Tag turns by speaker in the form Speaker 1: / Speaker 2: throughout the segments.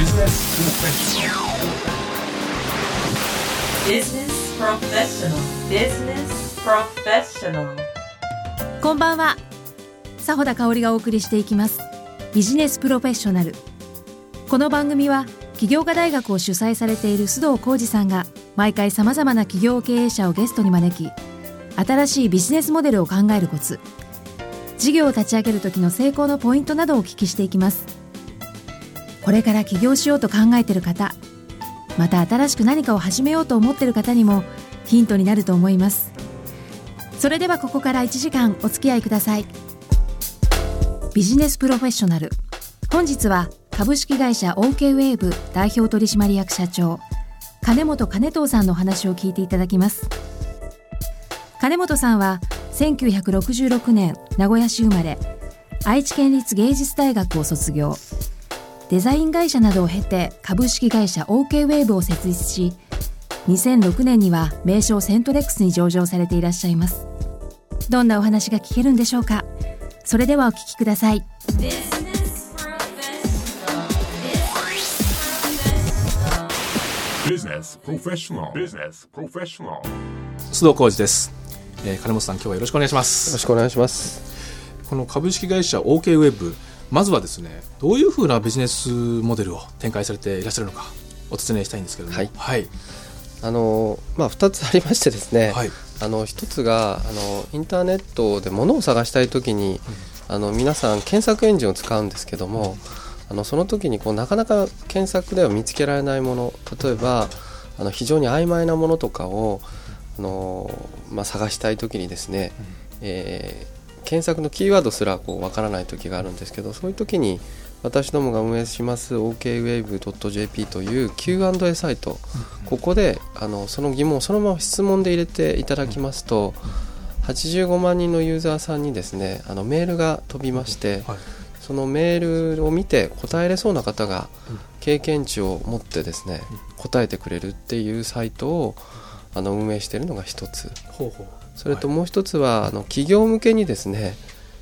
Speaker 1: こんばんは、佐穂田香織がお送りしていきますビジネスプロフェッショナル。この番組は起業家大学を主催されている須藤浩二さんが毎回さまざまな企業経営者をゲストに招き、新しいビジネスモデルを考えるコツ、事業を立ち上げる時の成功のポイントなどをお聞きしていきます。これから起業しようと考えている方、また新しく何かを始めようと思っている方にもヒントになると思います。それではここから1時間お付き合いください。ビジネスプロフェッショナル、本日は株式会社 OK ウェーブ代表取締役社長金本兼人さんのお話を聞いていただきます。金本さんは1966年名古屋市生まれ、愛知県立芸術大学を卒業、デザイン会社などを経て株式会社 OK ウェーブを設立し、2006年には名称セントレックスに上場されていらっしゃいます。どんなお話が聞けるんでしょうか。それではお聞きください。
Speaker 2: 須藤浩二です。金本さん、今日はよろしくお願いします。
Speaker 3: よろしくお願いします。
Speaker 2: この株式会社 OK ウェブ、まずはですね、どういうふうなビジネスモデルを展開されていらっしゃるのかお尋ねしたいんですけれども。
Speaker 3: はい、
Speaker 2: はい、
Speaker 3: 2つありましてですね、
Speaker 2: はい、
Speaker 3: 1つがインターネットで物を探したいときに、皆さん検索エンジンを使うんですけども、その時になかなか検索では見つけられないもの、例えば非常に曖昧なものとかを探したいときにですね、検索のキーワードすらわからないときがあるんですけど、そういうときに私どもが運営します OKWave.jp という Q&A サイト、ここでその疑問をそのまま質問で入れていただきますと、85万人のユーザーさんにですねメールが飛びまして、そのメールを見て答えれそうな方が経験値を持ってですね答えてくれるっていうサイトを運営しているのが一つ。それともう一つは企業向けにですね、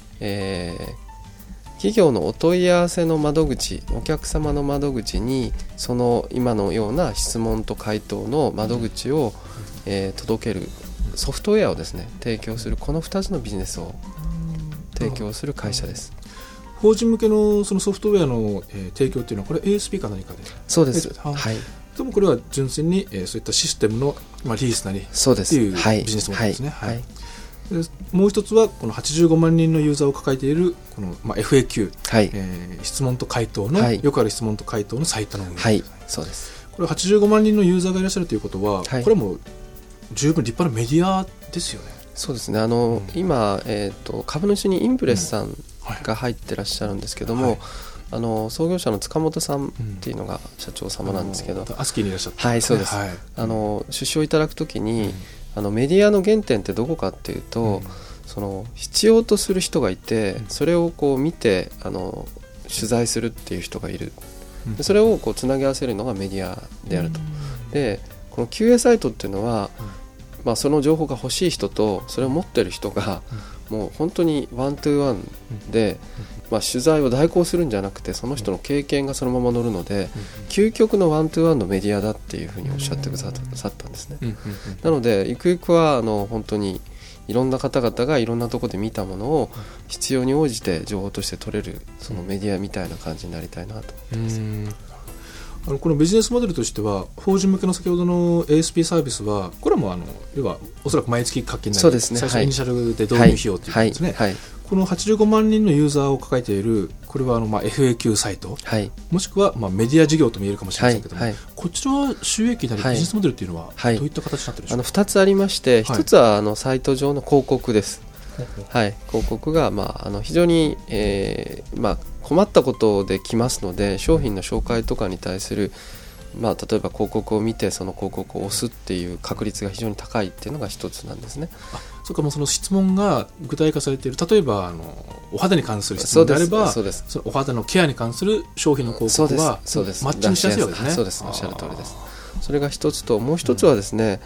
Speaker 3: 企業のお問い合わせの窓口、お客様の窓口にその今のような質問と回答の窓口を、届けるソフトウェアをですね提供する、この2つのビジネスを提供する会社です。
Speaker 2: 法人向けのそのソフトウェアの、提供というのはこれ ASP か何かで。そうです。はい。でもこれは純粋に、そういったシステムの、リースなりっていうビジネスモデルですね。はい。でもう一つはこの85万人のユーザーを抱えているこの、FAQ、質問と回答の、よくある質問と回答のサイトの運営。はい、そうです。これ85万人のユーザーがいらっしゃるということは、これはもう十分立派なメディアですよね。
Speaker 3: そうですね。今、株主にインプレスさんが入ってらっしゃるんですけども、創業者の塚本さんっていうのが社長様なんですけど、
Speaker 2: アスキーにいらっしゃった、
Speaker 3: はい、そうです。出資をいただくときに、メディアの原点ってどこかっていうと、その必要とする人がいて、それを見て取材するっていう人がいる。でそれをつなぎ合わせるのがメディアであると。でこの QA サイトっていうのは、その情報が欲しい人とそれを持ってる人がもう本当にワントゥーワンで、取材を代行するんじゃなくて、その人の経験がそのまま載るので、究極のワントゥーワンのメディアだっていうふうにおっしゃってくださったんですね。なのでゆくゆくは本当にいろんな方々がいろんなところで見たものを必要に応じて情報として取れる、そのメディアみたいな感じになりたいなと思ってます。
Speaker 2: このビジネスモデルとしては、法人向けの先ほどの ASP サービスは、これはもう要はおそらく毎月課金なり、最初イニシャルで導入費用ということですね。この85万人のユーザーを抱えている、これはFAQ サイト、もしくはメディア事業とも言えるかもしれませんけども、こちらは収益なりビジネスモデルというのはどういった形になっているでしょうか。
Speaker 3: 2つありまして、1つはサイト上の広告です。広告が非常に、困ったことで来ますので、商品の紹介とかに対する、例えば広告を見てその広告を押すっていう確率が非常に高いっていうのが一つなんですね。
Speaker 2: そうか、もうその質問が具体化されている、例えばお肌に関する質問であれば、そのお肌のケアに関する商品の広告はマッチングしやすいわけですね。
Speaker 3: そうです、おっしゃる通りです。それが一つと、もう一つはですね、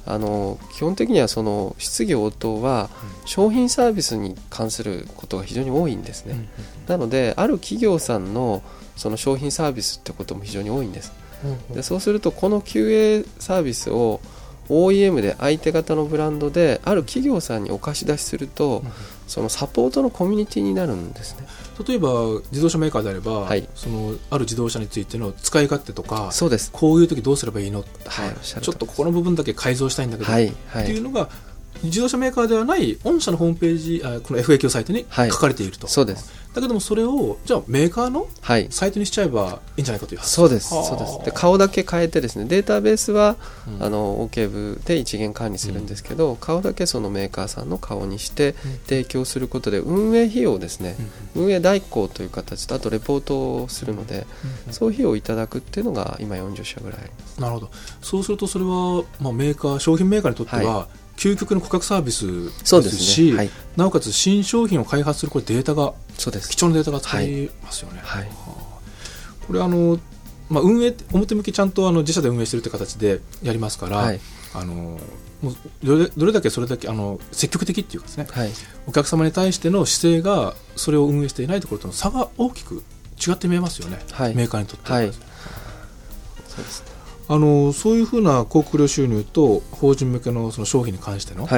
Speaker 3: 基本的にはその質疑応答は商品サービスに関することが非常に多いんですね。なのである企業さんのその商品サービスってことも非常に多いんです。でそうするとこの QA サービスを OEM で相手方のブランドである企業さんにお貸し出しすると、そのサポートのコミュニティになるんですね。
Speaker 2: 例えば自動車メーカーであれば、そのある自動車についての使い勝手とか、そうです、こういう時どうすればいいの、ちょっとここの部分だけ改造したいんだけど、っていうのが自動車メーカーではない御社のホームページ、この FAQ サイトに書かれていると、
Speaker 3: そうです。
Speaker 2: だけどもそれをじゃあメーカーのサイトにしちゃえばいいんじゃないかという話。
Speaker 3: そうです、そうです。で顔だけ変えてですね、データベースは、OK 部で一元管理するんですけど、顔だけそのメーカーさんの顔にして提供することで運営費用ですね、運営代行という形とあとレポートをするので、そういう費用をいただくっていうのが今40社ぐらいあります。
Speaker 2: なるほど。そうするとそれは、メーカー商品メーカーにとっては、究極の顧客サービスですし、なおかつ新商品を開発するこれデータが貴重なデータが使えますよね。これ運営表向きちゃんと自社で運営しているという形でやりますから、もうどれだけそれだけ積極的っていうかですね、お客様に対しての姿勢がそれを運営していないところとの差が大きく違って見えますよね、メーカーにとっては。そうですね。そういうふうな広告料収入と法人向けのその商品に関しての、サ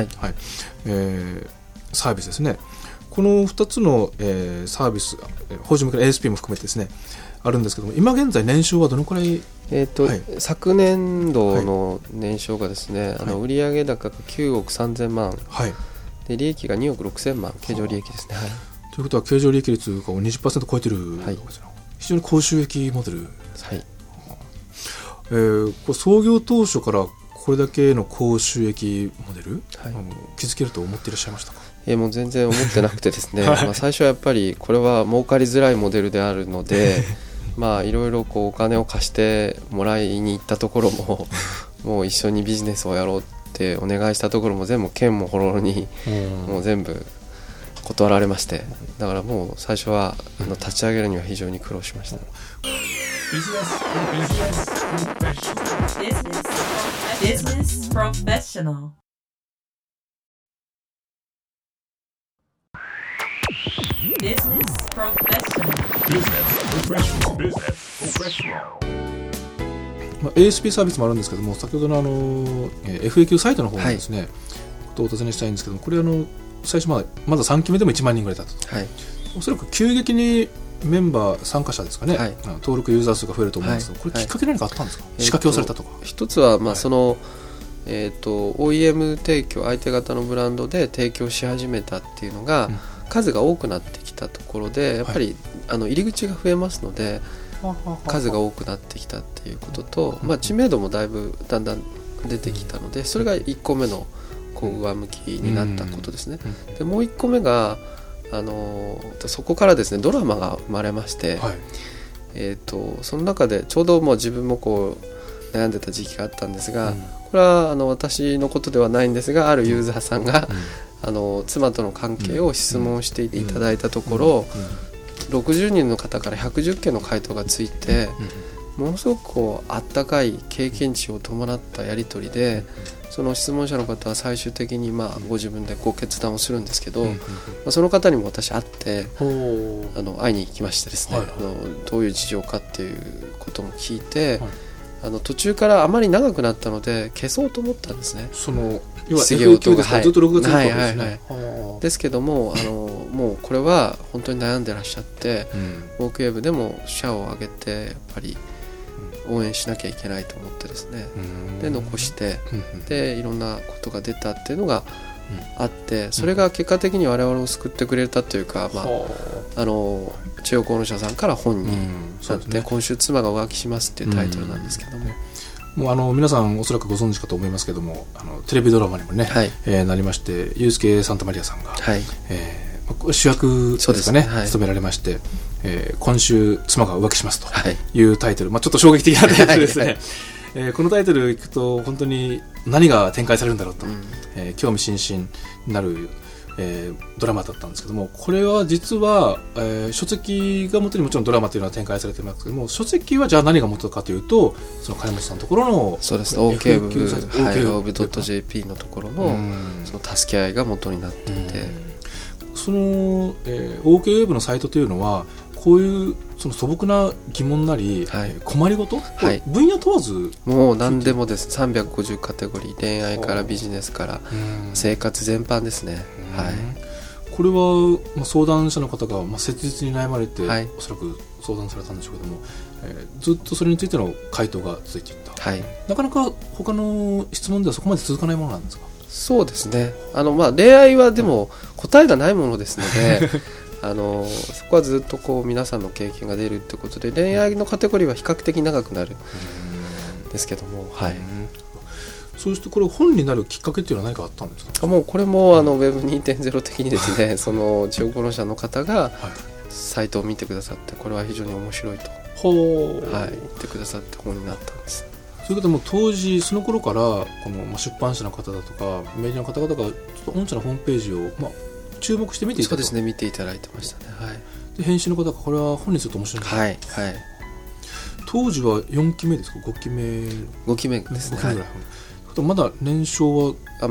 Speaker 2: ービスですね。この2つの、サービス、法人向けの ASP も含めてですねあるんですけども、今現在年商はどのくらい？
Speaker 3: 昨年度の年商がですね、売上高が9億3000万、で利益が2億6000万、経常利益ですね。
Speaker 2: ということは経常利益率が 20% 超えてる、非常に高収益モデル。創業当初からこれだけの高収益モデル、築けると思っていらっしゃいましたか？
Speaker 3: もう全然思ってなくてですね、最初はやっぱりこれは儲かりづらいモデルであるのでいろいろお金を貸してもらいに行ったところももう一緒にビジネスをやろうってお願いしたところも全部剣もほろろにもう全部断られまして、だからもう最初は立ち上げるには非常に苦労しました。
Speaker 1: Business Professional.
Speaker 2: ASP サービスもあるんですけども、先ほどのFAQ サイトの方にですね、ことをお尋ねしたいんですけども、これ最初まだ3期目でも1万人ぐらいだったと、おそらく急激にメンバー参加者ですかね、登録ユーザー数が増えると思うんですけど、これきっかけ何かあったんですか？仕掛けをされたとか。
Speaker 3: 一つはそのOEM 提供、相手方のブランドで提供し始めたっていうのが、数が多くなってきたところでやっぱり、入り口が増えますので数が多くなってきたっていうことと、知名度もだんだん出てきたので、それが1個目の上向きになったことですね。でもう1個目がそこからですねドラマが生まれまして、その中でちょうどもう自分も悩んでた時期があったんですが、これは私のことではないんですが、あるユーザーさんが、妻との関係を質問していただいたところ、60人の方から110件の回答がついて、ものすごくあったかい経験値を伴ったやり取りで、その質問者の方は最終的にご自分で決断をするんですけど、その方にも私会って会いに行きましてですね、どういう事情かっていうことも聞いて、途中からあまり長くなったので消そうと思ったんですね。
Speaker 2: 要は FAQ ですか、ずっと録画するわけですね。
Speaker 3: ですけどももうこれは本当に悩んでらっしゃって、ウォークウェブでも社を挙げてやっぱり応援しなきゃいけないと思ってですね、で残して、でいろんなことが出たっていうのがあって、それが結果的に我々を救ってくれたというか、中央公の社さんから本になって、今週妻が浮気しますっていうタイトルなんですけども、
Speaker 2: もう皆さんおそらくご存知かと思いますけども、テレビドラマにもね、なりまして、ユースケ・サンタマリアさんが、主役ですかね、務められまして、今週妻が浮気しますというタイトル、ちょっと衝撃的なタイトルですね。このタイトル聞くと本当に何が展開されるんだろうと、興味津々になるドラマだったんですけども、これは実は、書籍が元にもちろんドラマというのは展開されてますけども、書籍はじゃあ何が元かというと、その金本さんのところの
Speaker 3: そうです OKWeb.jp のところの、その助け合いが元になっていて、
Speaker 2: その、OKWeb のサイトというのはこういうその素朴な疑問なり、困りごと、分野問わず
Speaker 3: もう何でもです。350カテゴリー、恋愛からビジネスから生活全般ですね。
Speaker 2: これは、相談者の方が、切実に悩まれて、おそらく相談されたんでしょうけども、ずっとそれについての回答が続いていった、なかなか他の質問ではそこまで続かないものなんですか？
Speaker 3: そうですね。恋愛はでも答えがないものですのでそこはずっとこう皆さんの経験が出るってことで、恋愛のカテゴリーは比較的長くなるんですけども、
Speaker 2: そうしてこれ本になるきっかけっていうのは何かあったんですか？
Speaker 3: もうこれもWeb2.0 的にですねその中古者の方がサイトを見てくださって、これは非常に面白いと言ってくださって本になったんです。
Speaker 2: ということでも当時その頃からこの出版社の方だとかメディアの方々がちょっと御社のホームページを注目して見ていたと。
Speaker 3: そうですね、見ていただいてましたね。
Speaker 2: で編集の方がこれは本にすると面白いんだ、当時は4期目ですか？5期目
Speaker 3: 5期目ですね。
Speaker 2: まだ年商は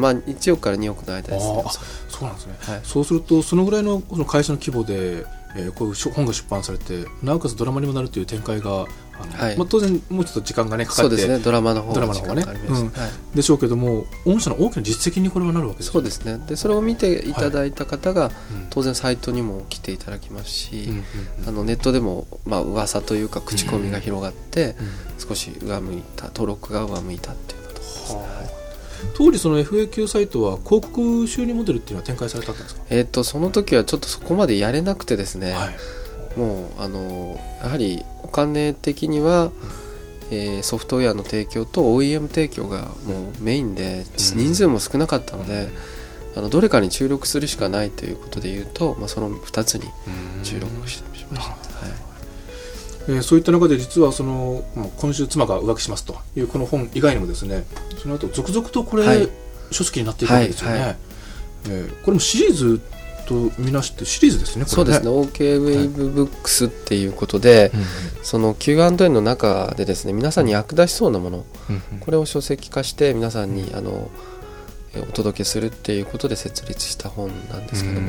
Speaker 3: 1億から2億の間ですね。
Speaker 2: そうなんですね、そうするとそのぐらいのこの会社の規模で、こういう本が出版されて、なおかつドラマにもなるという展開が当然もうちょっと時間がかかって、
Speaker 3: そうですね、ドラマの方が
Speaker 2: ね、でしょうけども、御社の大きな実績にこれはなるわけです。
Speaker 3: そうですね。でそれを見ていただいた方が、当然サイトにも来ていただきますし、ネットでも噂というか口コミが広がって、少し上向いた、登録が上向いたっていうのと、
Speaker 2: 当時その FAQ サイトは広告収入モデルっていうのは展開されたんですか？
Speaker 3: その時はちょっとそこまでやれなくてですね、もうやはりお金的には、ソフトウェアの提供と OEM 提供がもうメインで、人数も少なかったので、どれかに注力するしかないということでいうと、その2つに注力しました。
Speaker 2: そういった中で実は今週妻が浮気しますというこの本以外にもですね、その後続々とこれ、書籍になっていくわけですよね。これもシリーズとみなしてシリーズですね。
Speaker 3: そうですね。OKWeb ブックスっていうことで、その Q&A の中でですね、皆さんに役立ちそうなもの、これを書籍化して皆さんにお届けするっていうことで設立した本なんですけど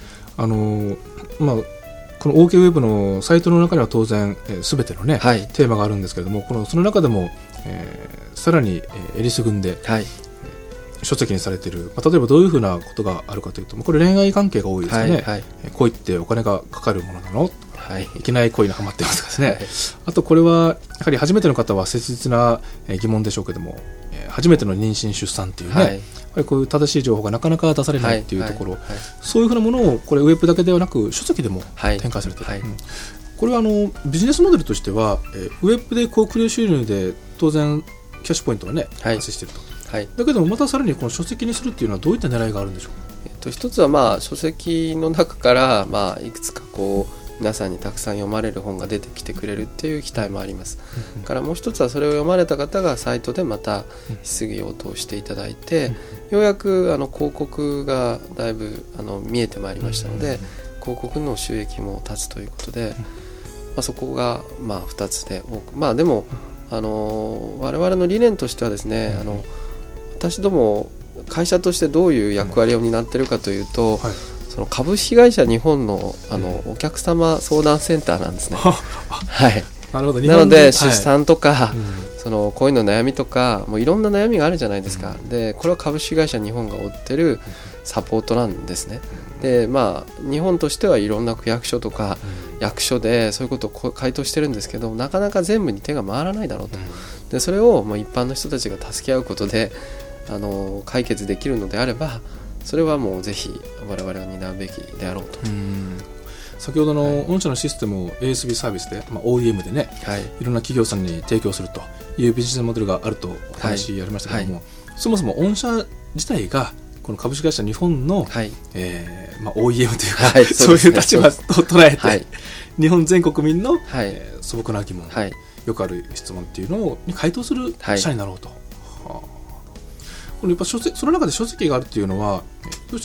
Speaker 3: も、この OKWeb のサイトの中には当然全てのね、テーマがあるんですけれども、その中でも、さらにえりすぐんで、書籍にされている、例えばどういうふうなことがあるかというと、これ恋愛関係が多いですよね。恋ってお金がかかるものなの？いけない恋にはまってますからね。あとこれはやはり初めての方は切実な疑問でしょうけども、初めての妊娠出産っていうね、やっぱりこういう正しい情報がなかなか出されないっていうところ、そういうふうなものをこれウェブだけではなく書籍でも展開されている、これはビジネスモデルとしては、ウェブで高クリア収入で当然キャッシュポイントがね発生していると、だけどもまたさらにこの書籍にするっていうのはどういった狙いがあるんでしょうか？ 一つは書籍の中からいくつかこう皆さんにたくさん読まれる本が出てきてくれるっていう期待もあります。からもう一つはそれを読まれた方がサイトでまた質疑応答していただいて、ようやく広告がだいぶ見えてまいりましたので、広告の収益も立つということで、そこが2つで多く、でも我々の理念としてはですね、私ども会社としてどういう役割を担っているかというと、その株式会社日本のお客様相談センターなんですね。なので出産とか、その恋の悩みとか、もういろんな悩みがあるじゃないですか。でこれは株式会社日本が負ってるサポートなんですね。で日本としてはいろんな区役所とか役所でそういうことを回答してるんですけど、なかなか全部に手が回らないだろうと。でそれを一般の人たちが助け合うことで解決できるのであれば、それはもうぜひ我々は担うべきであろうと。
Speaker 2: 先ほどの御社のシステムを ASB サービスで、OEM でね、いろんな企業さんに提供するというビジネスモデルがあるとお話ありましたけども、そもそも御社自体がこの株式会社日本の、OEM というか、そういう立場を捉えて、日本全国民の、素朴な疑問、よくある質問っていうのに回答する社になろうと。やっぱその中で書籍があるっていうのはどうしても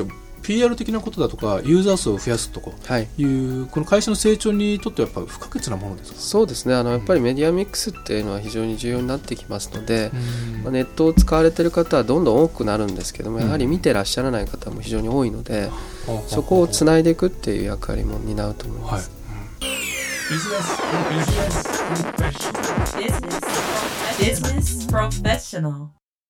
Speaker 2: PR 的なことだとかユーザー数を増やすとかいう、はい、この会社の成長にとってはやっぱり不可欠なものですか？
Speaker 3: そうですね、やっぱりメディアミックスっていうのは非常に重要になってきますので、ネットを使われている方はどんどん多くなるんですけども、やはり見てらっしゃらない方も非常に多いので、そこをつないでいくっていう役割も担うと思います。
Speaker 1: Business Professional。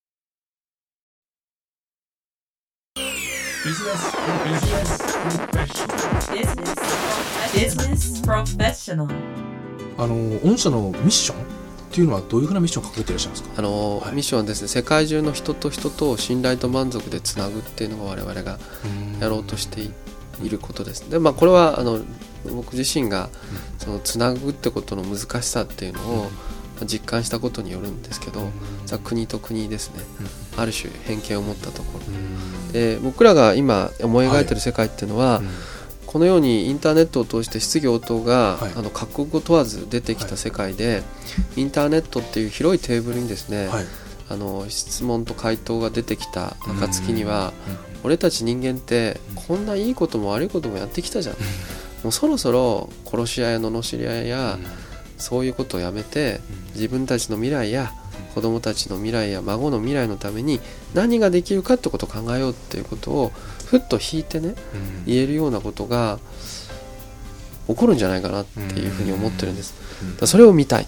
Speaker 2: 御社のミッションっていうのはどういうふうなミッションを掲げていらっしゃいますか？
Speaker 3: はい、ミッションはですね、世界中の人と人とを信頼と満足でつなぐっていうのが我々がやろうとしていることです。で、これは僕自身がそのつなぐってことの難しさっていうのを実感したことによるんですけど、国と国ですね、ある種偏見を持ったところで、僕らが今思い描いている世界っていうのは、このようにインターネットを通して質疑応答が、各国を問わず出てきた世界で、インターネットっていう広いテーブルにですね、質問と回答が出てきた暁には、俺たち人間ってこんないいことも悪いこともやってきたじゃん、もうそろそろ殺し合いや罵り合いや、そういうことをやめて、自分たちの未来や子供たちの未来や孫の未来のために何ができるかってことを考えようっていうことをふっと引いてね、言えるようなことが起こるんじゃないかなっていうふうに思ってるんです。だそれを見たい。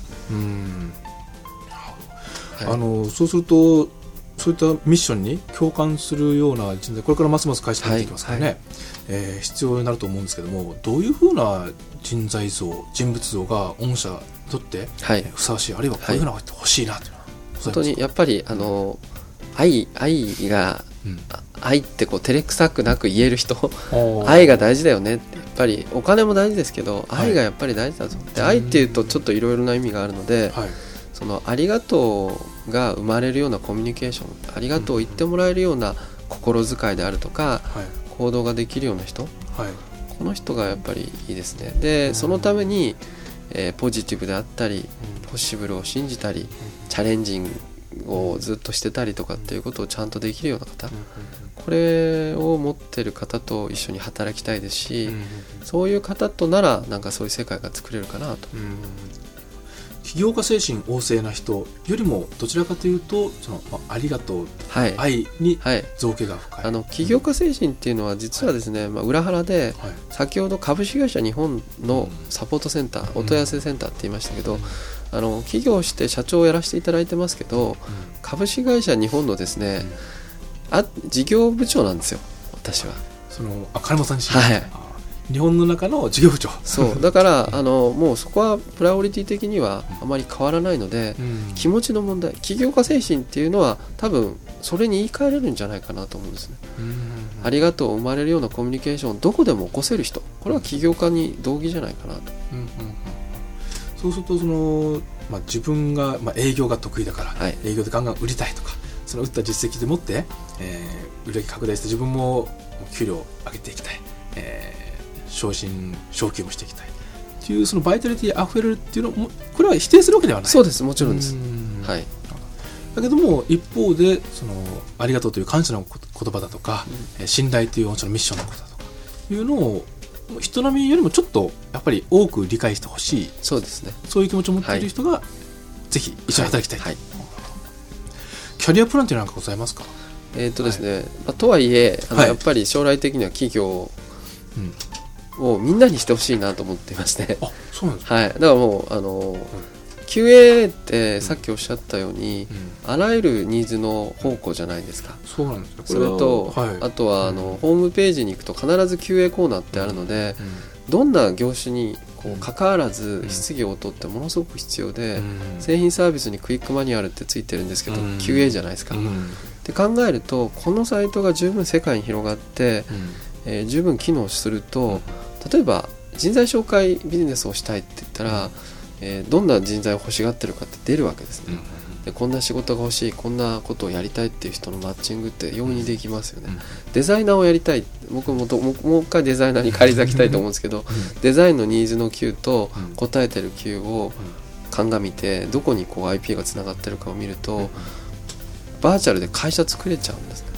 Speaker 2: そうするとそういったミッションに共感するような人材、これからますます会社に出ていきますからね、必要になると思うんですけども、どういうふうな人材像、人物像が御社にとってふさわしい、あるいはこういうふうなこと欲しいなというのは
Speaker 3: 本当にやっぱり愛が、愛ってこう照れくさくなく言える人愛が大事だよねって、やっぱりお金も大事ですけど、愛がやっぱり大事だぞって、愛っていうとちょっといろいろな意味があるので、そのありがとうが生まれるようなコミュニケーション、ありがとうを言ってもらえるような心遣いであるとか、行動ができるような人、この人がやっぱりいいですね。で、そのために、ポジティブであったり、ポッシブルを信じたり、チャレンジングをずっとしてたりとかっていうことをちゃんとできるような方、これを持ってる方と一緒に働きたいですし、そういう方とならなんかそういう世界が作れるかなと。
Speaker 2: 起業家精神旺盛な人よりもどちらかというとその、ありがとう、愛に造形が深い、
Speaker 3: 起業家精神っていうのは実はですね、裏腹で、先ほど株式会社日本のサポートセンター、お問い合わせセンターって言いましたけど、起業して社長をやらせていただいてますけど、株式会社日本のですね、事業部長なんですよ、私は。
Speaker 2: 金本さん自身、日本の中の事業部長。
Speaker 3: そうだからもうそこはプライオリティ的にはあまり変わらないので、気持ちの問題、起業家精神っていうのは多分それに言い換えれるんじゃないかなと思うんですね。ありがとう生まれるようなコミュニケーションをどこでも起こせる人、これは起業家に同義じゃないかなと。
Speaker 2: そうすると自分が、営業が得意だから、営業でガンガン売りたいとか、その売った実績でもって、売り上げ拡大して自分も給料を上げていきたい、昇給もしていきたいっていう、そのバイタリティあふれるっていうのも、これは否定するわけではない。
Speaker 3: そうです、もちろんです。
Speaker 2: だけども一方でありがとうという感謝の言葉だとか、信頼という御社のミッションのことだとかいうのを人並みよりもちょっとやっぱり多く理解してほしい。
Speaker 3: そうですね。
Speaker 2: そういう気持ちを持っている人が、ぜひ一緒に働きたい、キャリアプランというのは何かございますか？
Speaker 3: ですね、とはいえやっぱり将来的には企業をみんなにしてほしいなと思っていまして、
Speaker 2: そうなんですか？
Speaker 3: だからもうQA ってさっきおっしゃったように、あらゆるニーズの宝庫じゃないですか。
Speaker 2: そうなんですか。
Speaker 3: それと、あとはホームページに行くと必ず QA コーナーってあるので、どんな業種に関わらず質疑応答ってものすごく必要で、製品サービスにクイックマニュアルってついてるんですけど、QA じゃないですか。って考えると、このサイトが十分世界に広がって、十分機能すると、例えば人材紹介ビジネスをしたいって言ったら、どんな人材を欲しがってるかって出るわけですね。でこんな仕事が欲しい、こんなことをやりたいっていう人のマッチングって容易にできますよね。デザイナーをやりたい、僕もう一回デザイナーに返り咲きたいと思うんですけど、デザインのニーズの Q と答えてる Q を鑑みて、どこにIP がつながってるかを見ると、バーチャルで会社作れちゃうんですね。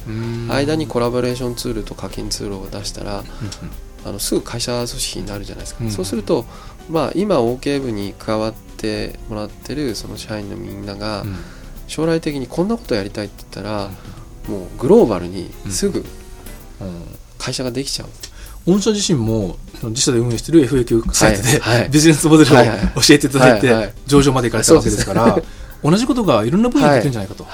Speaker 3: 間にコラボレーションツールと課金ツールを出したら、すぐ会社組織になるじゃないですか。そうすると、今 OK 部に加わってもらってるその社員のみんなが将来的にこんなことやりたいって言ったら、もうグローバルにすぐ会社ができちゃう。
Speaker 2: 御社自身も自社で運営している FAQ サイトでビジネスモデルを教えていただいて上場まで行かれたわけですから、同じことがいろんな分野でできるんじゃないかと。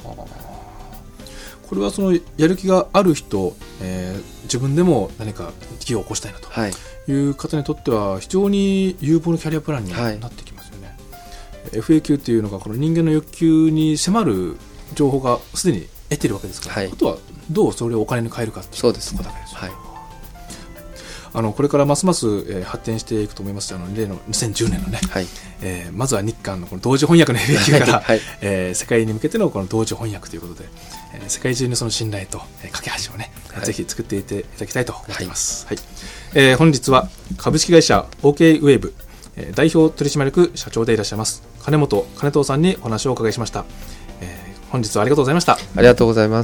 Speaker 2: これはそのやる気がある人、自分でも何か事業を起こしたいなという方にとっては非常に有望なキャリアプランになってきますよね。FAQ っていうのがこの人間の欲求に迫る情報がすでに得ているわけですから、あとはどうそれをお金に変えるかっていうことだけですよね。これからますます、発展していくと思います。例の2010年のね、まずは日韓のこの同時翻訳の FAQ から、世界に向けてのこの同時翻訳ということで、世界中にその信頼と、架け橋をね、ぜひ作っていっていただきたいと思っています。本日は株式会社 OK ウェーブ代表取締役社長でいらっしゃいます金本兼人さんにお話をお伺いしました。本日はありがとうございました。
Speaker 3: ありがとうございます。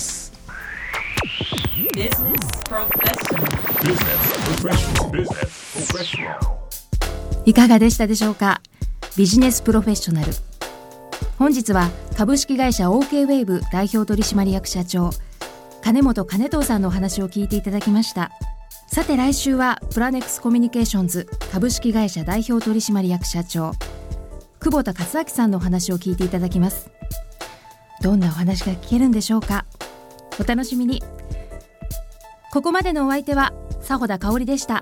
Speaker 1: いかがでしたでしょうか。ビジネスプロフェッショナル、本日は株式会社 OK ウェーブ代表取締役社長金本兼人さんのお話を聞いていただきました。さて来週はプラネックスコミュニケーションズ株式会社代表取締役社長久保田克明さんのお話を聞いていただきます。どんなお話が聞けるんでしょうか。お楽しみに。ここまでのお相手は佐穂田香織でした。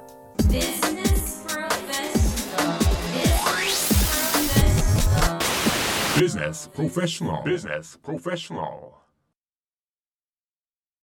Speaker 4: Business Professional.